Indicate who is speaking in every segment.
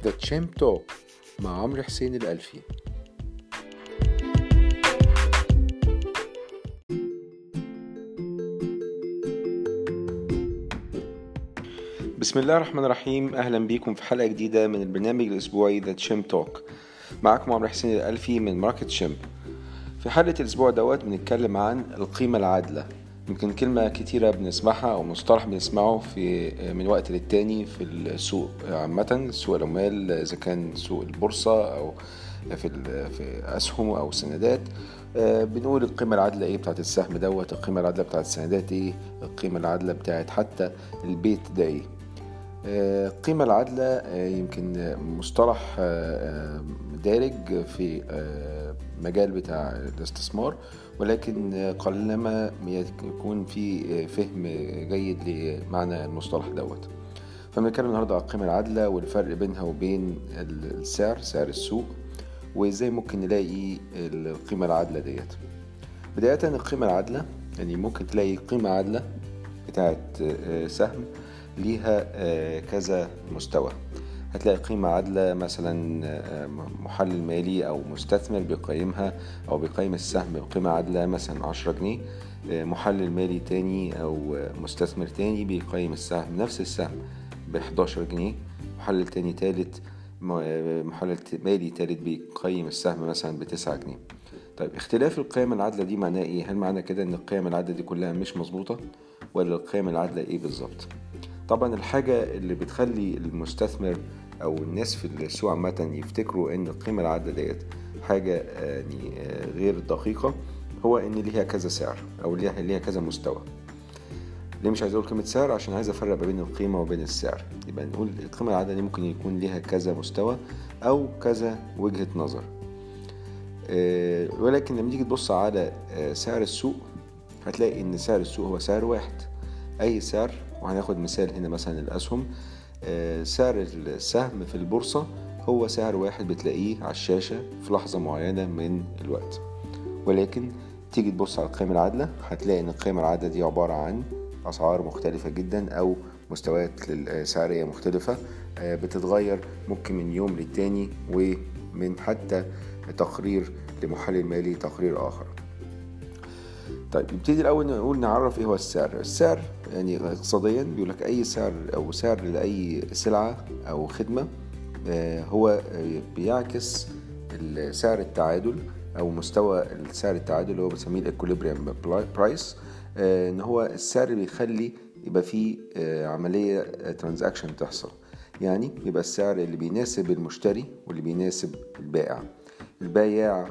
Speaker 1: ذا تشيمب توك مع عمرو حسين الألفي. بسم الله الرحمن الرحيم. أهلا بيكم في حلقة جديدة من البرنامج الأسبوعي ذا تشيمب توك. معكم عمرو حسين الألفي من ماركت شيمب. في حلقة الأسبوع بنتكلم عن القيمة العادلة. يمكن كلمة كتيرة بنسمعها أو مصطلح بنسمعه من وقت للتاني في السوق عامة، سوق العمال، إذا كان سوق البورصة أو في أسهم أو سندات. بنقول القيمة العادلة إيه بتاعت السهم دوت، القيمة العادلة بتاعت السندات إيه، القيمة العادلة بتاعت حتى البيت ده إيه. القيمة العادلة يمكن مصطلح دارج في مجال بتاع الاستثمار، ولكن قلما يكون في فهم جيد لمعنى المصطلح دوت. فبنتكلم النهاردة على القيمة العادلة والفرق بينها وبين سعر السوق، وإزاي ممكن نلاقي القيمة العادلة ديت. بداية القيمة العادلة يعني ممكن تلاقي قيمة عادلة بتاعت سهم ليها كذا مستوى. هتلاقي قيمة عادلة مثلا محلل مالي أو مستثمر بيقيمها أو بيقيم السهم بقيمة عادلة مثلا 10 جنيه. محلل مالي تاني أو مستثمر تاني بيقيم السهم نفس السهم ب11 جنيه. محلل تاني تالت، محلل مالي تالت بيقيم السهم مثلا ب9 جنيه. طيب اختلاف القيم العادلة دي معناه ايه؟ هل معنى كده ان القيم العادلة دي كلها مش مظبوطة، ولا القيم العادلة ايه بالظبط؟ طبعا الحاجة اللي بتخلي المستثمر او الناس في السوق عامة يفتكروا ان القيمة العادلة ديت حاجة يعني غير دقيقة، هو ان ليها كذا سعر او ليها كذا مستوى. ليه مش عايز اقول كلمة سعر؟ عشان عايز افرق بين القيمة وبين السعر. يبقى نقول القيمة العادلة دي ممكن يكون ليها كذا مستوى او كذا وجهة نظر. ولكن لما تيجي تبص على سعر السوق هتلاقي ان سعر السوق هو سعر واحد. اي سعر، وهناخد مثال هنا مثلا الاسهم. سعر السهم في البورصة هو سعر واحد بتلاقيه على الشاشة في لحظة معينة من الوقت. ولكن تيجي تبص على القيمة العادلة هتلاقي ان القيمة العادلة دي عبارة عن اسعار مختلفة جدا او مستويات سعرية مختلفة بتتغير ممكن من يوم للتاني، ومن حتى تقرير لمحلل مالي تقرير آخر. طيب نبتدي الأول نقول نعرف إيه هو السعر. السعر يعني اقتصاديا بيقولك أي سعر أو سعر لأي سلعة أو خدمة هو بيعكس سعر التعادل أو مستوى سعر التعادل اللي هو بنسميه الإكوليبريم برايس. إن هو السعر بيخلي يبقى فيه عملية ترانزاكشن تحصل، يعني يبقى السعر اللي بيناسب المشتري واللي بيناسب البائع. البائع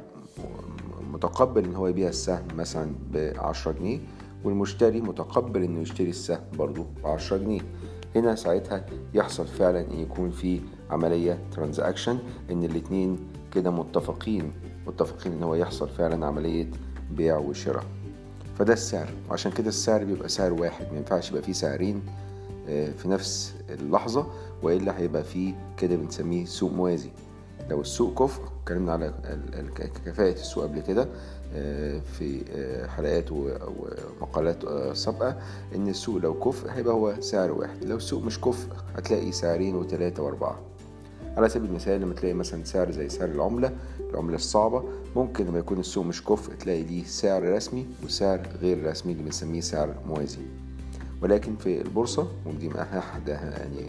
Speaker 1: متقبل ان هو يبيع السهم مثلا ب10 جنيه، والمشتري متقبل انه يشتري السهم برضو ب10 جنيه. هنا ساعتها يحصل فعلا ان يكون في عملية ترانزاكشن، ان الاتنين كده متفقين ان هو يحصل فعلا عملية بيع وشراء. فده السعر، وعشان كده السعر بيبقى سعر واحد، ما ينفعش يبقى فيه سعرين في نفس اللحظة، وإلا هيبقى فيه كده بنسميه سوق موازي. لو السوق كفء، اتكلمنا على كفاءة السوق قبل كده في حلقات ومقالات سابقة، ان السوق لو كفء هيبقى هو سعر واحد. لو السوق مش كفء هتلاقي سعرين وثلاثة واربعة. على سبيل المثال لما تلاقي مثلا سعر زي سعر العملة الصعبة، ممكن لما يكون السوق مش كفء تلاقي ليه سعر رسمي وسعر غير رسمي اللي بنسميه سعر موازي. ولكن في البورصة، ودي أحد يعني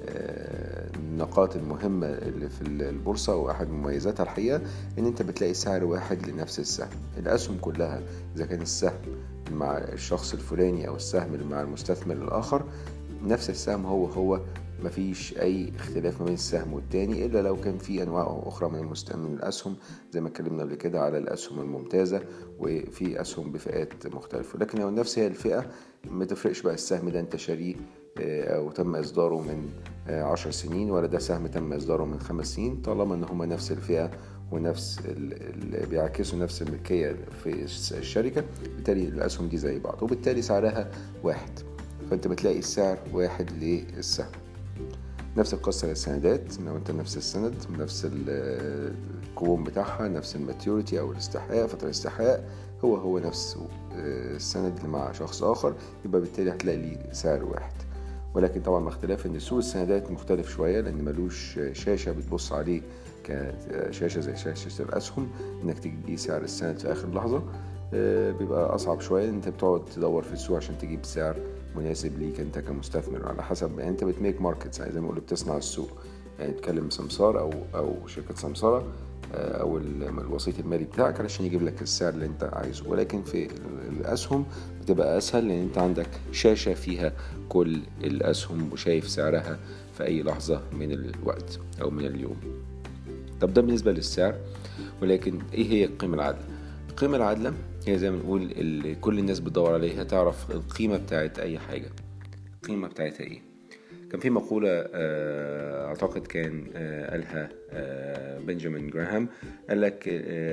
Speaker 1: النقاط المهمة اللي في البورصة وأحد مميزاتها الحقيقة، إن أنت بتلاقي سعر واحد لنفس السهم. الأسهم كلها إذا كان السهم مع الشخص الفلاني أو السهم اللي مع المستثمر الآخر، نفس السهم هو مفيش أي اختلاف ما بين السهم والتاني، إلا لو كان في أنواع أخرى من الأسهم، زي ما اتكلمنا قبل كده على الأسهم الممتازة، وفي أسهم بفئات مختلفة. لكن لو نفس هي الفئة ما تفرقش بقى السهم ده أنت شاريه أو تم إصداره من 10 سنين، ولا ده سهم تم إصداره من 5 سنين، طالما أن هما نفس الفئة ونفس اللي بيعكسوا نفس الملكية في الشركة، بالتالي الأسهم دي زي بعض، وبالتالي سعرها واحد. فأنت بتلاقي السعر واحد للسهم. نفس القصة للسندات، لو أنت نفس السند نفس الكوبون بتاعها، نفس الماتيوريتي أو الاستحقاق، فترة الاستحقاق هو نفس السند اللي مع شخص آخر، يبقى بالتالي هتلاقي ليه سعر واحد. ولكن طبعا مع اختلاف ان سوق السندات مختلف شوية، لان ملوش شاشة بتبص عليه كشاشة زي شاشة الأسهم انك تجيب سعر السند في آخر لحظة. بيبقى أصعب شوية، انت بتقعد تدور في السوق عشان تجيب سعر مناسب ليك انت كمستثمر، على حسب يعني انت بتميك ماركت زي ما بيقولوا، بتصنع السوق. يعني تكلم سمسار او شركة سمسارة او الوسيط المالي بتاعك علشان يجيب لك السعر اللي انت عايزه. ولكن في الاسهم بتبقى اسهل، لان انت عندك شاشة فيها كل الاسهم وشايف سعرها في اي لحظة من الوقت او من اليوم. طب ده بالنسبة للسعر. ولكن ايه هي القيمة العادلة؟ القيمة العادلة هي زي ما نقول اللي كل الناس بتدور عليها، تعرف القيمة بتاعت اي حاجة، القيمة بتاعتها ايه. كان في مقولة اعتقد كان قالها بنجامين جراهام، قال لك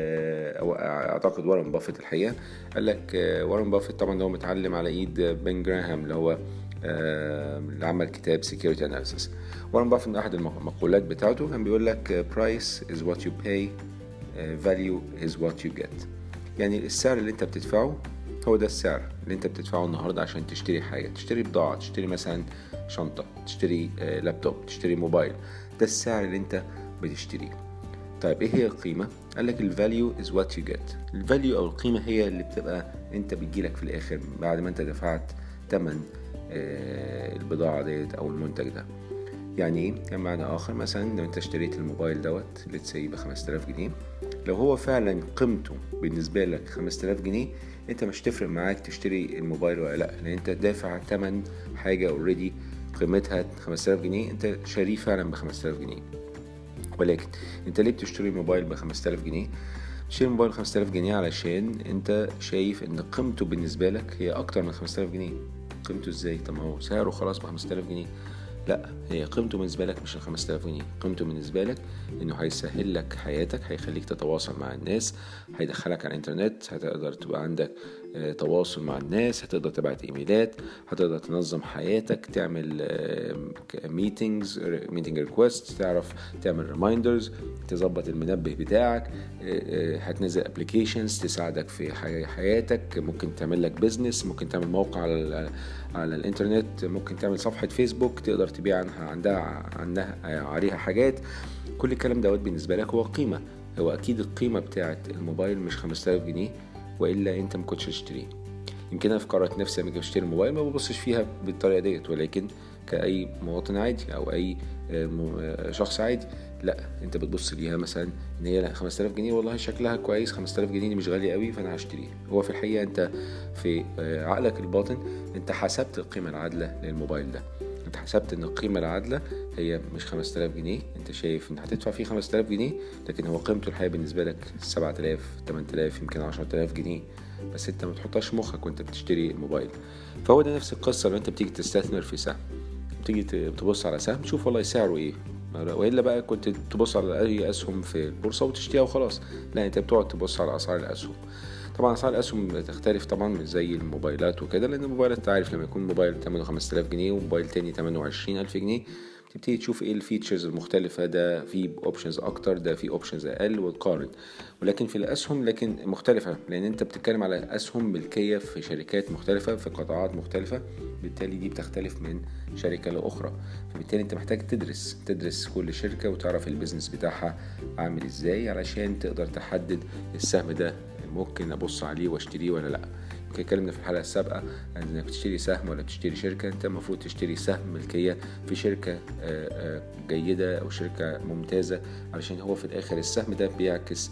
Speaker 1: او اعتقد وارن بافيت الحقيقة، قال لك وارن بافيت طبعا هو متعلم على ايد بن جراهام اللي هو اللي عمل كتاب Security Analysis. وارن بافيت احد المقولات بتاعته كان بيقول لك price is what you pay, value is what you get. يعني السعر اللي انت بتدفعه هو ده السعر اللي انت بتدفعه النهاردة عشان تشتري حاجة، تشتري بضاعة، تشتري مثلا شنطة، تشتري لابتوب، تشتري موبايل، ده السعر اللي انت بتشتريه. طيب ايه هي القيمة؟ قالك الفاليو is what you get. الفاليو او القيمة هي اللي بتبقى انت بتجيلك في الاخر بعد ما انت دفعت تمن البضاعة ديت او المنتج ده. يعني ايه؟ يعني معنى اخر، مثلا لو انت اشتريت الموبايل دوت لتسيب 5000 جنيه، لو هو فعلا قيمته بالنسبة لك 5000 جنيه، انت مش تفرق معاك تشتري الموبايل ولا لا، لان انت دافع تمن حاجة اوريدي قيمتها 5000 جنيه، انت شاريه فعلا ب 5000 جنيه. ولكن انت ليه بتشتري موبايل ب 5000 جنيه؟ تشتري موبايل 5000 جنيه علشان انت شايف ان قيمته بالنسبة لك هي اكتر من 5000 جنيه. قيمته ازاي؟ طب ما هو سعره خلاص ب 5000 جنيه. لا، هي قيمته بالنسبة لك مش 5000 جنيه، قيمته بالنسبة لك انه هيسهل لك حياتك، هيخليك تتواصل مع الناس، هيدخلك على الانترنت، هتقدر تبقى عندك تواصل مع الناس، هتقدر تبعت ايميلات، هتقدر تنظم حياتك، تعمل ميتينج ريكويست، تعرف تعمل ريمايندرز، تظبط المنبه بتاعك، هتنزل ابليكيشنز تساعدك في حياتك، ممكن تعمل لك بيزنس، ممكن تعمل موقع على الانترنت، ممكن تعمل صفحة فيسبوك تقدر تبيع عنها عليها حاجات. كل الكلام دوت بالنسبة لك هو قيمة. هو اكيد القيمة بتاعت الموبايل مش 5000 جنيه، وإلا انت ما كنتش تشتريه. يمكن انا فكرت نفسي لما اجي اشتري الموبايل ما ببصش فيها بالطريقة ديت، ولكن كأي مواطن عادي او اي شخص عادي، لا انت بتبص ليها مثلا ان هي 5000 جنيه والله شكلها كويس، 5000 جنيه دي مش غالية قوي فانا هشتريه. هو في الحقيقة انت في عقلك الباطن انت حسبت القيمة العادلة للموبايل ده، انت حسبت ان القيمة العادلة هي مش 5000 جنيه، انت شايف ان هتدفع فيه 5000 جنيه، لكن هو قيمته الحقيقة بالنسبة لك 7000 8000 يمكن 10000 جنيه، بس انت ما تحطهاش مخك وانت بتشتري الموبايل. فهو ده نفس القصة لو انت بتيجي تستثمر في سهم، بتيجي تبص على سهم تشوف والله سعره ايه، وإلا بقى كنت تبص على اي اسهم في البورصة وتشتريها وخلاص. لا، انت بتقعد تبص على اسعار الاسهم. طبعا اسعار الاسهم بتختلف طبعا مش زي الموبايلات وكده، لان الموبايلات انت عارف لما يكون موبايل ثمنه 5000 جنيه وموبايل تاني ثمنه 20000 جنيه تبتدي تشوف ايه الفيتشرز المختلفة، ده فيه اوبشنز اكتر، ده فيه اوبشنز اقل، وتقارن. ولكن في الاسهم لكن مختلفة، لان انت بتتكلم على اسهم ملكية في شركات مختلفة في قطاعات مختلفة، بالتالي دي بتختلف من شركة لاخرى. فبالتالي انت محتاج تدرس كل شركة وتعرف البيزنس بتاعها عامل ازاي علشان تقدر تحدد السهم ده ممكن ابص عليه واشتريه ولا لا. يمكن اتكلمنا في الحلقة السابقة انك بتشتري سهم ولا بتشتري شركة، انت المفروض تشتري سهم ملكية في شركة جيدة او شركة ممتازة، علشان هو في الاخر السهم ده بيعكس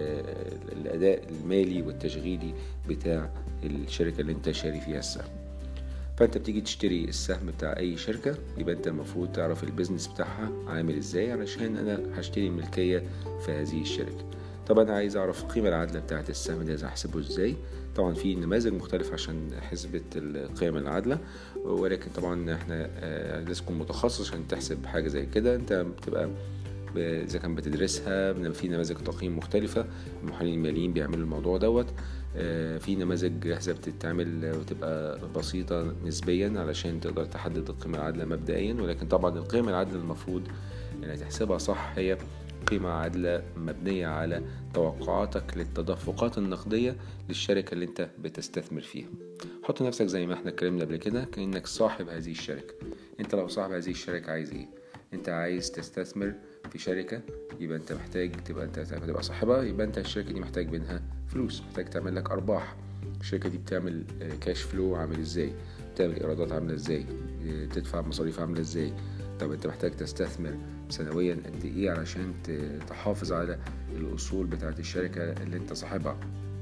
Speaker 1: الاداء المالي والتشغيلي بتاع الشركة اللي انت شاري فيها السهم. فانت بتيجي تشتري السهم بتاع اي شركة، يبقى انت المفروض تعرف البيزنس بتاعها عامل ازاي علشان انا هشتري ملكية في هذه الشركة. طبعا انا عايز اعرف القيمة العادلة بتاعت السهم ده هحسبه ازاي. طبعا في نماذج مختلفة عشان حسبة القيمة العادلة، ولكن طبعا احنا لازم تكون متخصص عشان تحسب حاجة زي كده. انت بتبقى إذا كان بتدرسها في نماذج تقييم مختلفة، المحللين الماليين بيعملوا الموضوع دوت. في نماذج جاهزة بتتعمل وتبقى بسيطة نسبيا علشان تقدر تحدد القيمة العادلة مبدئيا. ولكن طبعا القيمة العادلة المفروض يعني تحسبها صح هي قيمة عادلة مبنية على توقعاتك للتدفقات النقدية للشركة اللي انت بتستثمر فيها. حط نفسك زي ما احنا اتكلمنا قبل كده كأنك صاحب هذه الشركة، انت لو صاحب هذه الشركة عايز ايه؟ انت عايز تستثمر في شركة، يبقى انت محتاج تبقى صاحبها، يبقى انت الشركة دي محتاج منها فلوس، محتاج تعمل لك ارباح. الشركة دي بتعمل كاش فلو عامل ازاي، بتعمل ايرادات عاملة ازاي، تدفع مصاريف عاملة ازاي. طب انت محتاج تستثمر سنويا قد ايه علشان تحافظ على الاصول بتاعت الشركة اللي انت صاحبها.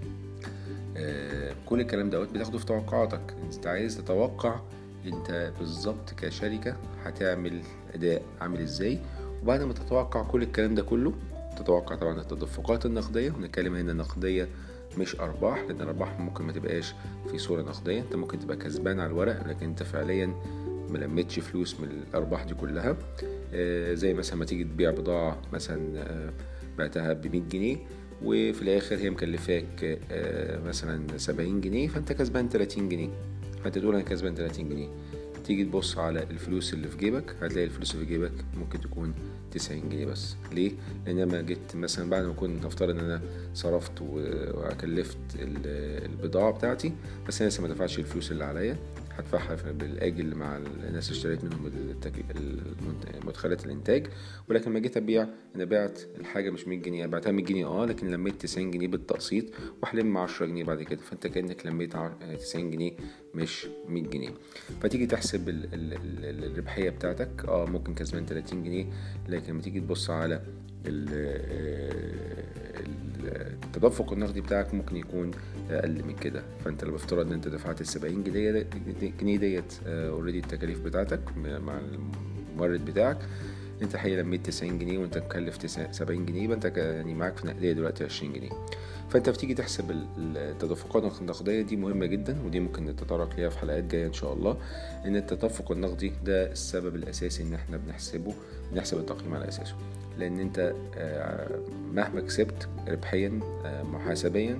Speaker 1: كل الكلام دوت بتاخده في توقعاتك. انت عايز تتوقع انت بالظبط كشركة هتعمل اداء عامل ازاي، وبعد ما تتوقع كل الكلام ده كله تتوقع طبعا التدفقات النقدية. ونتكلم هنا نقدية مش ارباح، لان الارباح ممكن ما تبقاش في صورة نقدية، انت ممكن تبقى كسبان على الورق لكن انت فعليا ملمتش فلوس من الارباح دي كلها. زي مثلا ما تيجي تبيع بضاعة مثلا بعتها ب100 جنيه وفي الاخر هي مكلفاك مثلا 70 جنيه، فانت كسبان 30 جنيه، فانت تقول انا كسبان 30 جنيه. تيجي تبص على الفلوس اللي في جيبك، هتلاقي الفلوس اللي في جيبك ممكن تكون 90 جنيه بس. ليه؟ لان لما جيت مثلا بعد ما كنت نفترض ان انا صرفت وكلفت البضاعة بتاعتي، بس انا لسه ما دفعتش الفلوس اللي عليا، هدفعها بالاجل مع الناس اللي اشتريت منهم مدخلات الانتاج. ولكن ما جيت ابيع، انا بعت الحاجه مش 100 جنيه، بعتها 100 جنيه لكن لميت 90 جنيه بالتقسيط، وهلم 10 جنيه بعد كده، فانت كانك لميت 90 جنيه مش 100 جنيه. فتيجي تحسب الربحيه بتاعتك، ممكن كسبان 30 جنيه، لكن لما تيجي تبص على التدفق النقدي بتاعك ممكن يكون اقل من كده. فانت لو افترض ان انت دفعت 70 جنيه ديت اوريدي التكاليف بتاعتك مع المورد بتاعك، انت حقيقة لميت 90 جنيه وانت مكلف 70 جنيه، يبقى انت يعني معاك في نقدية دلوقتي 20 جنيه. فانت بتيجي تحسب التدفقات النقدية دي مهمة جدا، ودي ممكن نتطرق ليها في حلقات جاية ان شاء الله. ان التدفق النقدي ده السبب الاساسي ان احنا بنحسب التقييم على اساسه. لان انت مهما كسبت ربحيا محاسبيا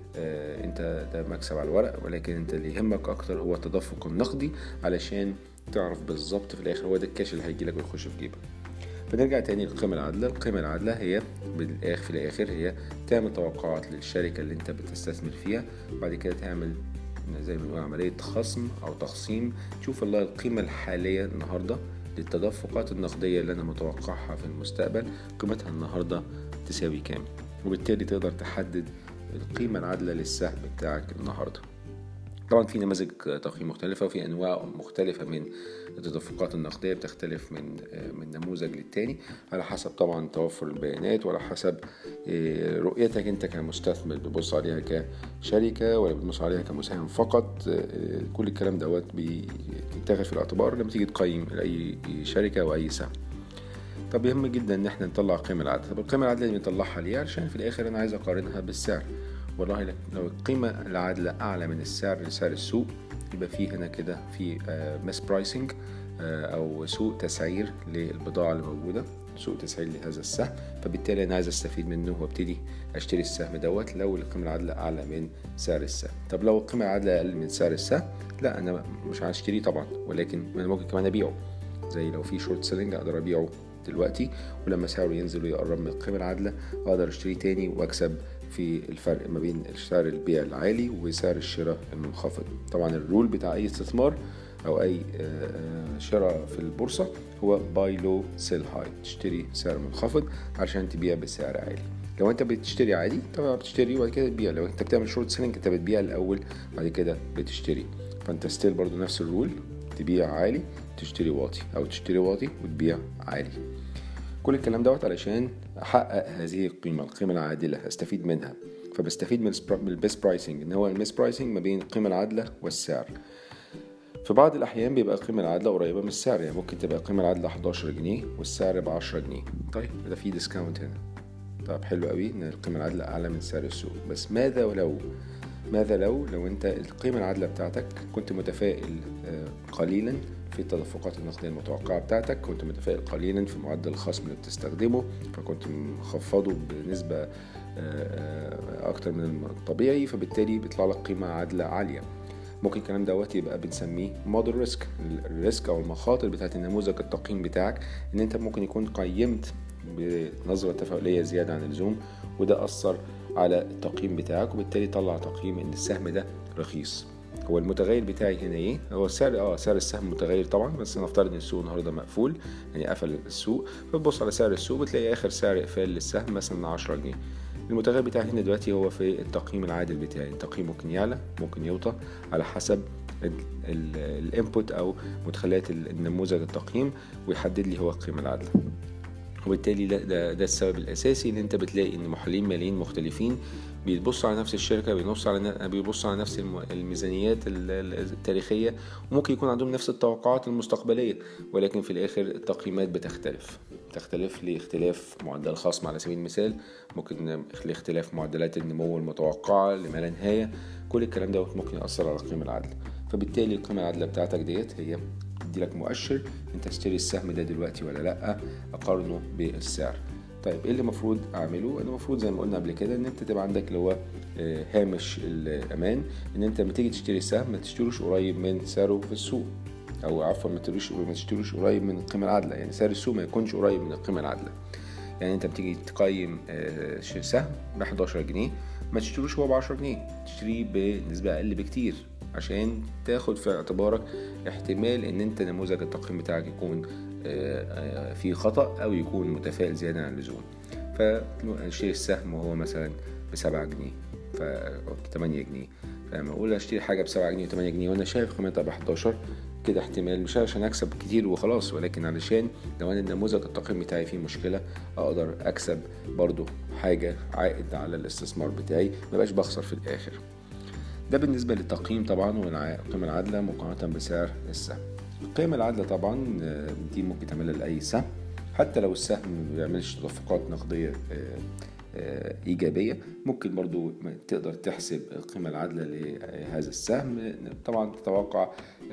Speaker 1: انت ده مكسب على الورق، ولكن انت اللي يهمك اكتر هو التدفق النقدي علشان تعرف بالظبط في الاخر هو ده الكاش اللي هيجيلك ويخش في جيبك. فنرجع تاني للقيمة العادلة. القيمة العادلة هي في الآخر هي تعمل توقعات للشركة اللي انت بتستثمر فيها، وبعد كده تعمل زي ما نقول عملية خصم أو تقسيم، تشوف والله القيمة الحالية النهاردة للتدفقات النقدية اللي أنا متوقعها في المستقبل قيمتها النهاردة تساوي كام، وبالتالي تقدر تحدد القيمة العادلة للسهم بتاعك النهاردة. طبعا في نماذج تقييم مختلفة وفي أنواع مختلفة من التدفقات النقدية، بتختلف من نموذج للتاني على حسب طبعا توفر البيانات وعلى حسب رؤيتك انت كمستثمر، بتبص عليها كشركة ولا بتبص عليها كمساهم فقط. كل الكلام دوت بيتاخد في الاعتبار لما تيجي تقيم أي شركة أو أي سهم. طب يهم جدا ان احنا نطلع القيمة العادلة. طب القيمة العادلة اللي بنطلعها ليه؟ علشان في الآخر أنا عايز أقارنها بالسعر. والله لو القيمة العادلة أعلى من سعر السوق، يبقى فيه هنا كده في مس برايسنج أو سوء تسعير للبضاعة اللي موجودة، سوء تسعير لهذا السهم، فبالتالي أنا عايز أستفيد منه وابتدي أشتري السهم دوت لو القيمة العادلة أعلى من سعر السهم. طب لو القيمة العادلة أقل من سعر السهم، لا أنا مش هشتريه طبعا، ولكن أنا ممكن كمان أبيعه. زي لو في شورت سيلينج أقدر أبيعه دلوقتي، ولما سعره ينزل ويقرب من القيمة العادلة أقدر أشتريه تاني وأكسب في الفرق ما بين سعر البيع العالي وسعر الشراء المنخفض. طبعا الرول بتاع أي استثمار أو أي شراء في البورصة هو buy low sell high، تشتري سعر منخفض عشان تبيع بسعر عالي. لو انت بتشتري عادي طبعا بتشتري وبعد كده تبيع، لو انت بتعمل شورت سيلينج انت بتبيع الأول بعد كده بتشتري، فانت ستيل برضو نفس الرول، تبيع عالي تشتري واطي، أو تشتري واطي وتبيع عالي. كل الكلام دوت علشان احقق هذه القيمه العادله، استفيد منها. فبستفيد من البيست برايسنج، ان هو الميس برايسنج ما بين القيمه العادله والسعر. في بعض الاحيان بيبقى القيمه العادله قريبه من السعر، يعني ممكن تبقى القيمه العادله 11 جنيه والسعر ب 10 جنيه. طيب ده في ديسكاونت هنا، طب حلو قوي ان القيمه العادله اعلى من سعر السوق. بس ماذا لو انت القيمه العادله بتاعتك كنت متفائل قليلا في التدفقات النقدية المتوقعة بتاعتك، كنت متفائل قليلا في معدل الخصم اللي بتستخدمه، فكنت مخفضه بنسبة أكتر من الطبيعي، فبالتالي بيطلع لك قيمة عادلة عالية. ممكن الكلام دوت يبقى بنسميه موديل ريسك، الريسك أو المخاطر بتاعت النموذج التقييم بتاعك، إن أنت ممكن يكون قيمت بنظرة تفاؤلية زيادة عن اللزوم، وده أثر على التقييم بتاعك، وبالتالي طلع تقييم إن السهم ده رخيص. هو المتغير بتاعي هنا ايه؟ هو السعر سعر السهم متغير طبعا، بس نفترض ان السوق النهارده مقفول، يعني قفل السوق، فتبص على سعر السوق بتلاقي اخر سعر اقفال للسهم مثلا 10 جنيه. المتغير بتاعي هنا دلوقتي هو في التقييم العادل بتاعي. التقييم ممكن يعلى ممكن يوطى على حسب الانبوت او مدخلات النموذج التقييم، ويحدد لي هو القيمة العادلة. وبالتالي ده السبب الاساسي ان انت بتلاقي ان محللين ماليين مختلفين بيبصوا على نفس الشركه، بيبصوا على نفس الميزانيات التاريخيه، وممكن يكون عندهم نفس التوقعات المستقبليه، ولكن في الاخر التقييمات بتختلف لاختلاف معدل الخصم على سبيل المثال، ممكن لاختلاف معدلات النمو المتوقعه لما لا نهايه. كل الكلام ده ممكن ياثر على القيمه العادله. فبالتالي القيمه العادله بتاعتك ديت هي دي لك مؤشر انت تشتري السهم ده دلوقتي ولا لا، اقارنه بالسعر. طيب ايه اللي المفروض اعمله؟ انا المفروض زي ما قلنا قبل كده ان انت تبقى عندك اللي هو هامش الامان، ان انت لما تيجي تشتري السهم ما تشتروش قريب من سعره في السوق، او عفوا ما تشتروش قريب من القيمه العادله. يعني سعر السوق ما يكونش قريب من القيمه العادله. يعني انت بتيجي تقيم سهم ب 11 جنيه، ما تشتروش هو ب 10 جنيه، تشتريه بنسبه اقل بكتير عشان تاخد في اعتبارك احتمال ان انت نموذج التقييم بتاعك يكون فيه خطأ او يكون متفائل زيادة عن اللزوم. فاشتري السهم وهو مثلا ب7 جنيه أو 8 جنيه، فلما اقول اشتري حاجة ب7 جنيه و8 جنيه وانا شايف قيمتها ب11، كده احتمال مش عشان اكسب كتير وخلاص، ولكن علشان لو انا النموذج التقييم بتاعي فيه مشكلة اقدر اكسب برضو حاجة عائد على الاستثمار بتاعي، ما بقاش بخسر في الاخر. ده بالنسبة للتقييم طبعا والقيمة العادلة مقارنة بسعر السهم. القيمة العادلة طبعا دي ممكن تعملها لأي سهم، حتى لو السهم ما بيعملش تدفقات نقدية إيجابية، ممكن برضو تقدر تحسب القيمة العادلة لهذا السهم. طبعا تتوقع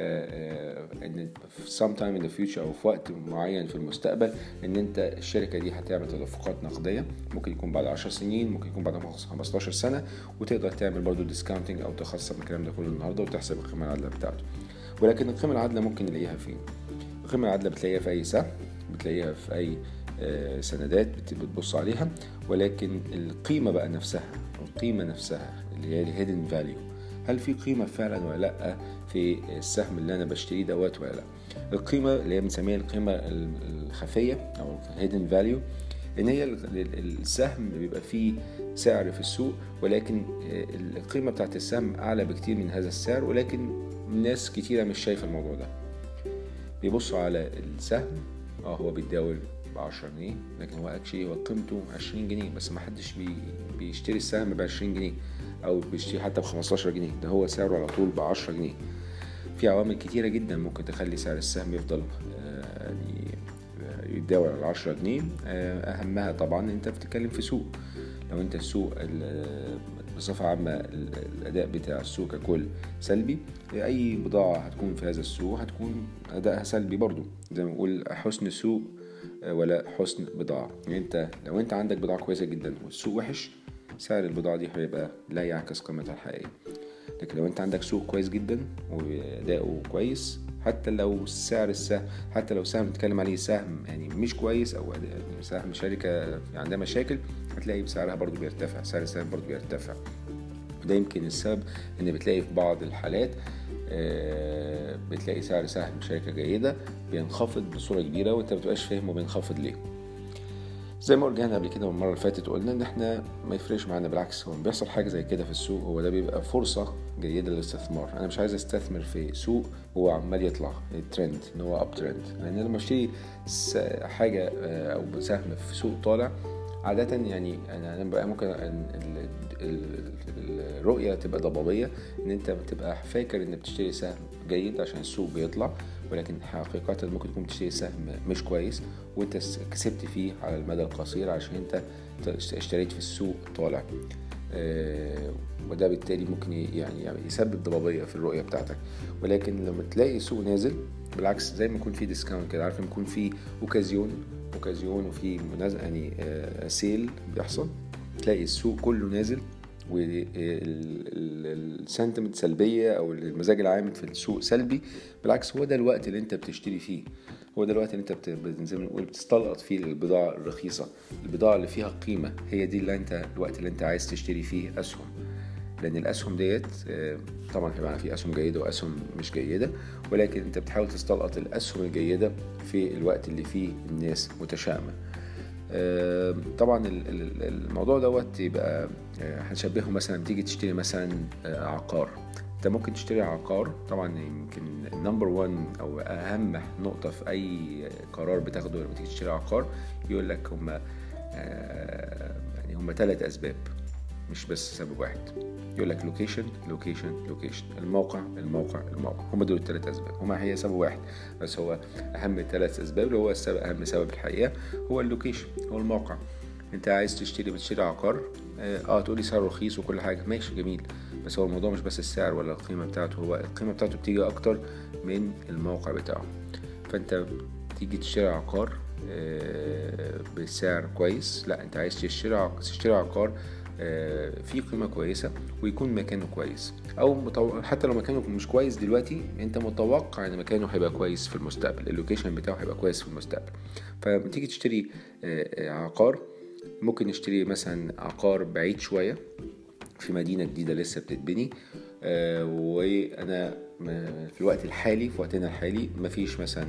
Speaker 1: ان sometime in the future او في وقت معين في المستقبل ان انت الشركة دي هتعمل تدفقات نقدية، ممكن يكون بعد 10 سنين، ممكن يكون بعد 15 سنة، وتقدر تعمل برضو discounting او تخصم الكلام ده كله النهاردة وتحسب القيمة العادلة بتاعته. ولكن القيمة العادلة ممكن نلاقيها فين؟ القيمة العادلة بتلاقيها في أي سهم، بتلاقيها في أي سندات بتبص عليها، ولكن القيمة بقى نفسها، القيمة نفسها اللي هي الهيدن فاليو، هل في قيمة فعلا ولا لأ في السهم اللي أنا بشتريه دوت ولا لأ؟ القيمة اللي هي بنسميها القيمة الخفية أو الهيدن فاليو، إن هي السهم بيبقى فيه سعر في السوق، ولكن القيمة بتاعت السهم أعلى بكتير من هذا السعر، ولكن ناس كتيرة مش شايفة الموضوع ده. بيبصوا على السهم هو بيتداول ب10 جنيه، لكن هو هو قيمته 20 جنيه، بس ما حدش بيشتري السهم ب20 جنيه او بيشتري حتى ب15 جنيه، ده هو سعره على طول ب10 جنيه. في عوامل كتيرة جدا ممكن تخلي سعر السهم يفضل يتداول على 10 جنيه. اهمها طبعا انت بتتكلم في سوق، لو انت السوق بصفة عامة الأداء بتاع السوق ككل سلبي، أي بضاعة هتكون في هذا السوق هتكون أداءها سلبي برضو، زي ما نقول حسن سوق ولا حسن بضاعة. يعني انت لو انت عندك بضاعة كويسة جدا والسوق وحش، سعر البضاعة دي هيبقى لا يعكس قيمتها الحقيقية. لكن لو انت عندك سوق كويس جدا وأداؤه كويس، حتى لو سعر السهم، حتى لو سهم بتتكلم عليه سهم يعني مش كويس او سهم شركة عندها مشاكل، هتلاقي سعرها برضو بيرتفع، سعر السهم برضو بيرتفع. وده يمكن السبب ان بتلاقي في بعض الحالات بتلاقي سعر سهم شركة جيدة بينخفض بصورة كبيرة وانت مبتبقاش فاهم هو بينخفض ليه. زي ما رجعنا قبل كده والمرة اللي فاتت قلنا ان احنا ما يفرقش معانا، بالعكس هو بيحصل حاجة زي كده في السوق، هو ده بيبقى فرصة جيدة للاستثمار. انا مش عايز استثمر في سوق هو عمال يطلع الترند ان هو اب ترند، لان لما اشتري حاجة او سهم في سوق طالع عادة، يعني انا بقى ممكن الرؤية تبقى ضبابية، ان انت تبقى فاكر ان بتشتري سهم جيد عشان السوق بيطلع، ولكن حقيقة ممكن تكون بتشتري سهم مش كويس وانت كسبت فيه على المدى القصير عشان انت اشتريت في السوق طالع. وده بالتالي ممكن يعني يسبب ضبابية في الرؤية بتاعتك. ولكن لما تلاقي السوق نازل، بالعكس زي ما يكون في ديسكاونت كده، عارف يكون في اوكازيون وفي يعني سيل بيحصل، تلاقي السوق كله نازل والسنتمنت سلبية او المزاج العام في السوق سلبي، بالعكس هو ده الوقت اللي انت بتشتري فيه، هو ده الوقت اللي انت زي ما نقول بتستلقط فيه البضاعة الرخيصة، البضاعة اللي فيها قيمة، هي دي اللي انت الوقت اللي انت عايز تشتري فيه اسهم. لان الاسهم ديت طبعا هيبقى في اسهم جيده واسهم مش جيده، ولكن انت بتحاول تستلقط الاسهم الجيده في الوقت اللي فيه الناس متشائمه. طبعا الموضوع دوت يبقى هنشبهه مثلا تيجي تشتري مثلا عقار. انت ممكن تشتري عقار، طبعا يمكن نمبر 1 او اهم نقطه في اي قرار بتاخده لما تيجي تشتري عقار يقول لك هم 3 اسباب مش بس سبب واحد. يقول لك لوكيشن لوكيشن لوكيشن، الموقع الموقع الموقع، هم دول 3 اسباب. هما هي سبب واحد بس هو اهم 3 اسباب، اللي هو السبب اهم سبب الحقيقه هو اللوكيشن، هو الموقع. انت عايز بتشتري عقار، تقولي سعره رخيص وكل حاجه، ماشي جميل، بس هو الموضوع مش بس السعر ولا القيمه بتاعته، هو القيمه بتاعته بتيجي اكتر من الموقع بتاعه. فانت تيجي تشتري عقار بسعر كويس، لا انت عايز تشتري عقار في قيمة كويسة ويكون مكانه كويس، او حتى لو مكانه مش كويس دلوقتي انت متوقع ان مكانه هيبقى كويس في المستقبل، اللوكيشن بتاعه هيبقى كويس في المستقبل. فبتيجي تشتري عقار، ممكن نشتري مثلا عقار بعيد شوية في مدينة جديدة لسه بتتبني، وانا في الوقت الحالي في وقتنا الحالي مفيش مثلا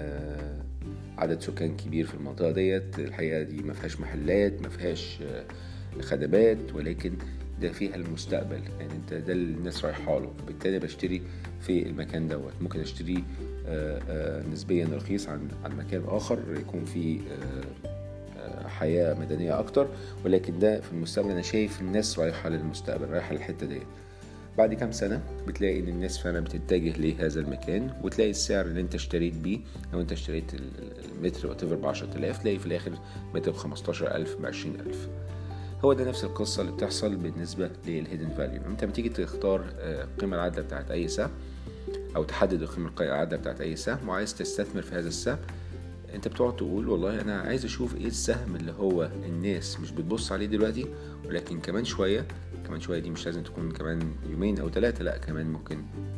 Speaker 1: عدد سكان كبير في المنطقة ديت، الحقيقة دي ما فيهاش محلات، ما فيهاش خدمات، ولكن ده فيها المستقبل، يعني انت ده اللي الناس رايحه له. فبالتالي بشتري في المكان دوت، ممكن اشتريه نسبيا رخيص عن مكان اخر يكون فيه حياة مدنية اكتر، ولكن ده في المستقبل انا شايف الناس رايحة للمستقبل، رايحة للحتة ديت. بعد كام سنة بتلاقي ان الناس فعلا بتتجه لهذا المكان، وتلاقي السعر اللي انت اشتريت بيه، لو انت اشتريت المتر واتفر ب10,000 تلاقي في الاخر متر ب15,000 ب20,000. هو ده نفس القصة اللي بتحصل بالنسبة للهيدن فاليو. انت بتيجي تختار القيمة العادلة بتاعت اي سهم، او تحدد القيمة العادلة بتاعت اي سهم وعايز تستثمر في هذا السهم، انت بتقعد تقول والله انا عايز اشوف ايه السهم اللي هو الناس مش بتبص عليه دلوقتي، ولكن كمان شوية دي مش لازم تكون كمان 2 أو 3، لا كمان ممكن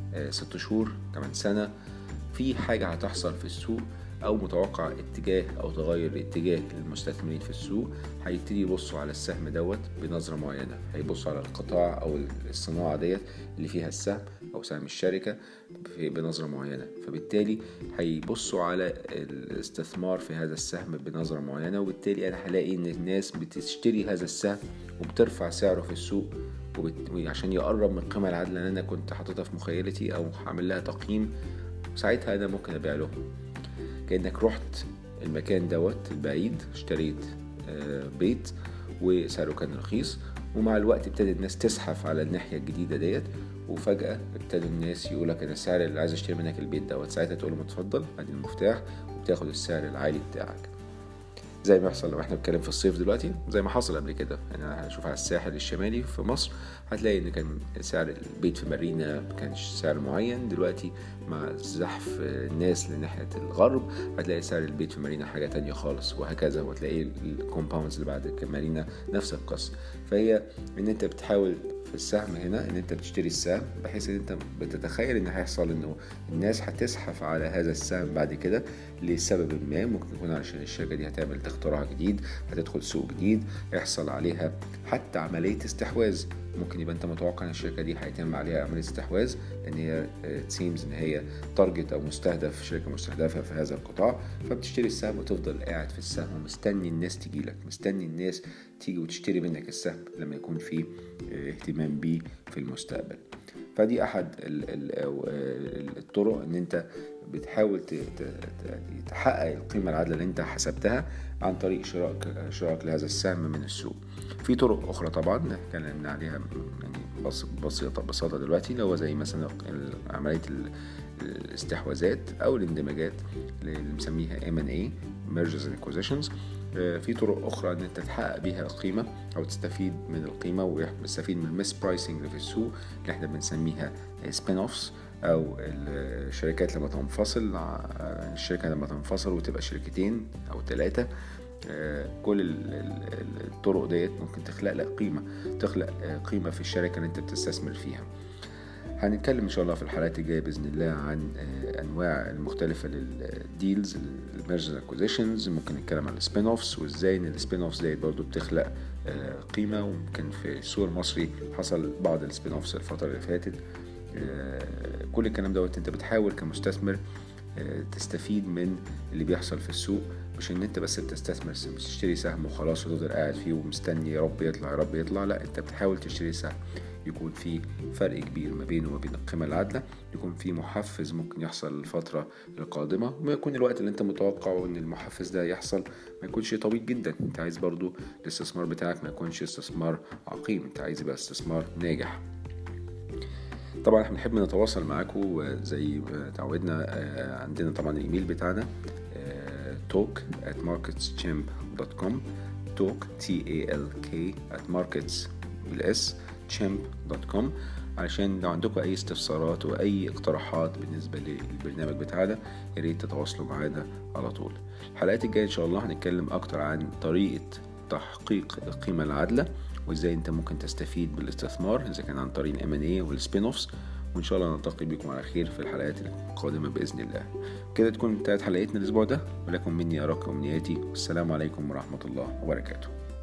Speaker 1: 6 شهور، كمان سنة، في حاجة هتحصل في السوق او متوقع اتجاه او تغير اتجاه للمستثمرين في السوق، هيبتدي يبصوا على السهم دوت بنظرة معينة، هيبصوا على القطاع او الصناعة ديت اللي فيها السهم او سهم الشركة بنظرة معينة، فبالتالي هيبصوا على الاستثمار في هذا السهم بنظرة معينة، وبالتالي انا هلاقي ان الناس بتشتري هذا السهم وبترفع سعره في السوق عشان يقرب من القيمة العادلة اللي انا كنت حاططها في مخيلتي او هعمل لها تقييم، وساعتها انا ممكن ابيع لهم. كأنك رحت المكان دوت البعيد، اشتريت بيت وسعره كان رخيص، ومع الوقت ابتدى الناس تزحف على الناحية الجديدة ديت، وفجأة ابتدوا الناس يقولك انا السعر اللي عايز اشتري منك البيت دوت، ساعتها تقول له اتفضل ادي المفتاح، وبتاخد السعر العالي بتاعك. زي ما يحصل لو احنا بنتكلم في الصيف دلوقتي، زي ما حصل قبل كده، انا هشوف على الساحل الشمالي في مصر هتلاقي ان كان سعر البيت في مارينا مكانش سعر معين، دلوقتي مع زحف الناس لناحية الغرب هتلاقي سعر البيت في مارينا حاجة تانية خالص، وهكذا، وتلاقي الكومباوندز اللي بعد مارينا نفس القصة. فهي ان انت بتحاول في السهم هنا ان انت بتشتري السهم بحيث ان انت بتتخيل ان هيحصل انه الناس هتزحف على هذا السهم بعد كده لسبب ما، ممكن يكون علشان الشركة دي هتعمل اختراع جديد، هتدخل سوق جديد، يحصل عليها حتى عملية استحواذ، ممكن يبقى انت متوقع ان الشركة دي هيتم عليها عملية استحواذ، ان هي تسيمز ان هي تارجت او مستهدف، شركة مستهدفة في هذا القطاع، فبتشتري السهم وتفضل قاعد في السهم ومستني الناس تجيلك، مستني الناس تيجي وتشتري منك السهم لما يكون في اهتمام بيه في المستقبل. فدي احد الطرق ان انت بتحاول تحقق القيمة العادلة اللي انت حسبتها عن طريق شراءك لهذا السهم من السوق. في طرق اخرى طبعا اتكلمنا عليها يعني ببساطة دلوقتي، اللي هو زي مثلا عملية الاستحواذات او الاندماجات اللي بنسميها M&A Mergers and Acquisitions. في طرق اخرى ان انت تحقق بيها القيمة او تستفيد من القيمة وتستفيد من الميس برايسنج اللي في السوق اللي احنا بنسميها سبين اوفس، او الشركات لما تنفصل، الشركة لما تنفصل وتبقى شركتين او 3. كل الطرق ديت ممكن تخلق لك قيمة في الشركة اللي انت بتستثمر فيها. هنتكلم ان شاء الله في الحلقات الجايه باذن الله عن انواع المختلفه للديلز، الميرجرز اكوزيشنز. ممكن نتكلم عن السبين اوفس وازاي ان السبين اوفس دي برضو بتخلق قيمه، وممكن في السوق المصري حصل بعض السبين اوفس الفتره اللي فاتت. كل الكلام دوت انت بتحاول كمستثمر تستفيد من اللي بيحصل في السوق، مش ان انت بس بتستثمر تشتري سهم وخلاص وتفضل قاعد فيه ومستني يا رب يطلع يا رب يطلع. لا، انت بتحاول تشتري سهم يكون في فرق كبير ما بينه وما بين القيمة العادلة، يكون في محفز ممكن يحصل الفترة القادمة، وما يكون الوقت اللي انت متوقعه ان المحفز ده يحصل ما يكونش طويل جدا. انت عايز برضو الاستثمار بتاعك ما يكونش استثمار عقيم، انت عايز يبقى استثمار ناجح. طبعا احنا بنحب نتواصل معاكم زي ما تعودنا. عندنا طبعا الايميل بتاعنا talk@marketschamp.com talk talk@markets.champ.com علشان لو عندكم اي استفسارات واي اقتراحات بالنسبه للبرنامج بتاعنا يا ريت تتواصلوا معانا على طول. الحلقات الجايه ان شاء الله هنتكلم اكتر عن طريقه تحقيق القيمه العادله، وازاي انت ممكن تستفيد بالاستثمار اذا كان عن طريق الام&اي والسبين اوفس. وان شاء الله نلتقي بكم على خير في الحلقات القادمه باذن الله. كده تكون انتهت حلقتنا الاسبوع ده، ولكم مني اراك امنياتي، والسلام عليكم ورحمه الله وبركاته.